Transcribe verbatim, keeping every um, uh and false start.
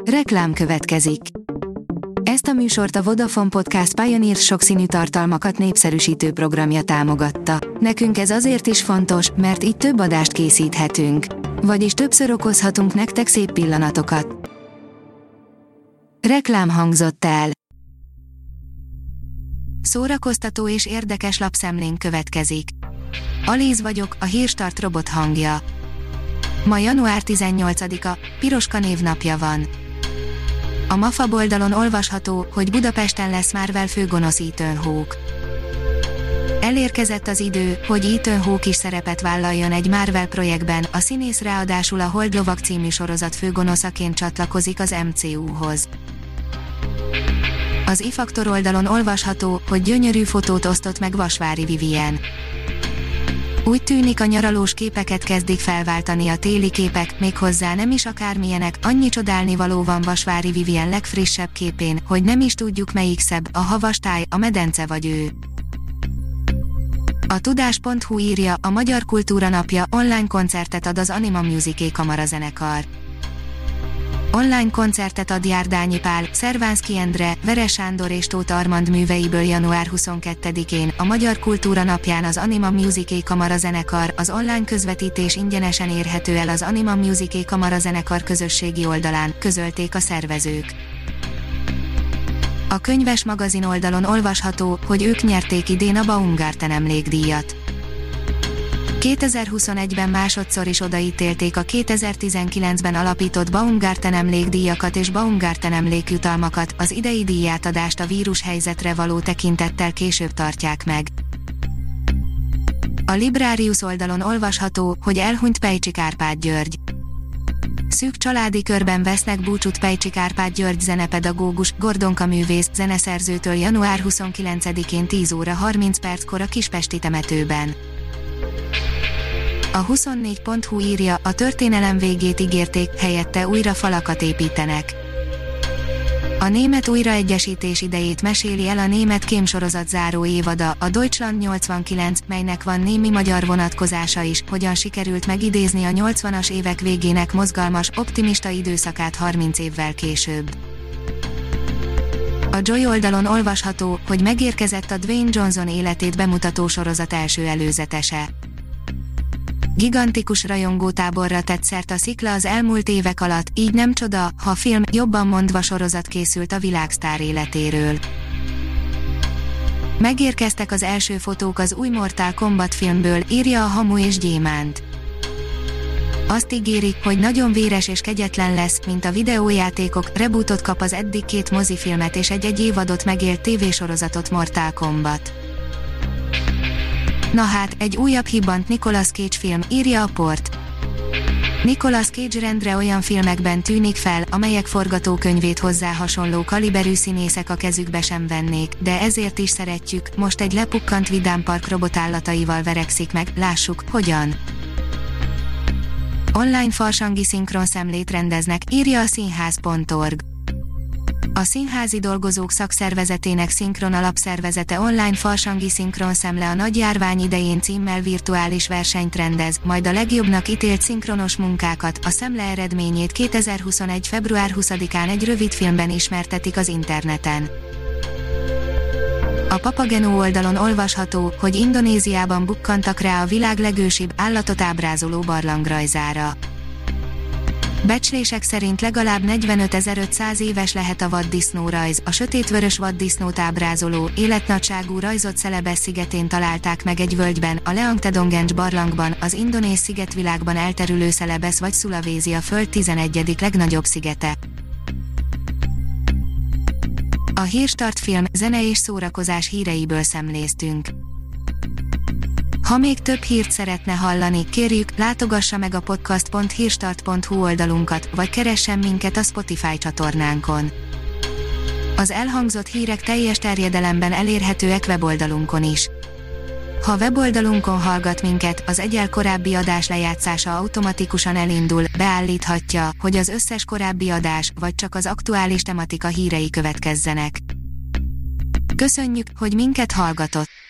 Reklám következik. Ezt a műsort a Vodafone Podcast Pioneer sokszínű tartalmakat népszerűsítő programja támogatta. Nekünk ez azért is fontos, mert így több adást készíthetünk. Vagyis többször okozhatunk nektek szép pillanatokat. Reklám hangzott el. Szórakoztató és érdekes lapszemlénk következik. Alíz vagyok, a Hírstart robot hangja. Ma január tizennyolcadika, Piroska névnapja van. A Mafab oldalon olvasható, hogy Budapesten lesz Marvel főgonosz Ethan Hawke. Elérkezett az idő, hogy Ethan Hawke is szerepet vállaljon egy Marvel projektben, a színész ráadásul a Holdlovag című sorozat főgonoszaként csatlakozik az em cé u-hoz. Az iFaktor oldalon olvasható, hogy gyönyörű fotót osztott meg Vasvári Vivien. Úgy tűnik, a nyaralós képeket kezdik felváltani a téli képek, méghozzá nem is akármilyenek, annyi csodálnivaló van Vasvári Vivien legfrissebb képén, hogy nem is tudjuk melyik szebb, a havastáj, a medence vagy ő. A tudás pont hu írja, a Magyar Kultúra Napja, online koncertet ad az Anima Music kamarazenekar. Online koncertet ad Járdányi Pál, Szervánszky Endre, Veres Sándor és Tóth Armand műveiből január huszonkettedikén, a Magyar Kultúra Napján az Anima Music kamarazenekar, az online közvetítés ingyenesen érhető el az Anima Music kamarazenekar közösségi oldalán, közölték a szervezők. A Könyves magazin oldalon olvasható, hogy ők nyerték idén a Baumgarten emlékdíjat. kétezer-huszonegyben másodszor is odaítélték a kétezer-tizenkilencben alapított Baumgarten emlékdíjakat és Baumgarten emlékjutalmakat, az idei díjátadást a vírushelyzetre való tekintettel később tartják meg. A Librarius oldalon olvasható, hogy elhunyt Pejcsik Árpád György. Szűk családi körben vesznek búcsút Pejcsik Árpád György zenepedagógus, Gordonka művész, zeneszerzőtől január huszonkilencedikén tíz óra harminc perckor a kispesti temetőben. A huszonnégy pont hu írja, a történelem végét ígérték, helyette újra falakat építenek. A német újraegyesítés idejét meséli el a német kémsorozat záró évada, a Deutschland nyolcvankilenc, melynek van némi magyar vonatkozása is, hogyan sikerült megidézni a nyolcvanas évek végének mozgalmas, optimista időszakát harminc évvel később. A Joy oldalon olvasható, hogy megérkezett a Dwayne Johnson életét bemutató sorozat első előzetese. Gigantikus rajongótáborra tett szert a szikla az elmúlt évek alatt, így nem csoda, ha film, jobban mondva sorozat készült a világsztár életéről. Megérkeztek az első fotók az új Mortal Kombat filmből, írja a Hamu és Gyémánt. Azt ígéri, hogy nagyon véres és kegyetlen lesz, mint a videójátékok, rebootot kap az eddig két mozifilmet és egy-egy évadot megélt tévésorozatot Mortal Kombat. Na hát, egy újabb hibbant Nicolas Cage film, írja a Port. Nicolas Cage rendre olyan filmekben tűnik fel, amelyek forgatókönyvét hozzá hasonló kaliberű színészek a kezükbe sem vennék, de ezért is szeretjük, most egy lepukkant vidámpark robotállataival verekszik meg, lássuk, hogyan. Online farsangi szinkronszemlét rendeznek, írja a színház pont org. A Színházi Dolgozók Szakszervezetének Szinkron Alapszervezete online farsangi szinkronszemle a nagy járvány idején címmel virtuális versenyt rendez, majd a legjobbnak ítélt szinkronos munkákat, a szemle eredményét kétezer-huszonegy február huszadikán egy rövidfilmben ismertetik az interneten. A Papageno oldalon olvasható, hogy Indonéziában bukkantak rá a világ legősibb, állatot ábrázoló barlangrajzára. Becslések szerint legalább negyvenötezer-ötszáz éves lehet a vaddisznórajz, a sötétvörös vaddisznót ábrázoló, életnagyságú rajzot Celebes szigetén találták meg egy völgyben, a Leangtedongencs barlangban, az indonéz szigetvilágban elterülő Celebes vagy Sulawesi a föld tizenegyedik legnagyobb szigete. A Hírstart film, zene és szórakozás híreiből szemléztünk. Ha még több hírt szeretne hallani, kérjük, látogassa meg a podcast pont hírstart pont hu oldalunkat, vagy keressen minket a Spotify csatornánkon. Az elhangzott hírek teljes terjedelemben elérhetőek weboldalunkon is. Ha weboldalunkon hallgat minket, az egyel korábbi adás lejátszása automatikusan elindul, beállíthatja, hogy az összes korábbi adás, vagy csak az aktuális tematika hírei következzenek. Köszönjük, hogy minket hallgatott!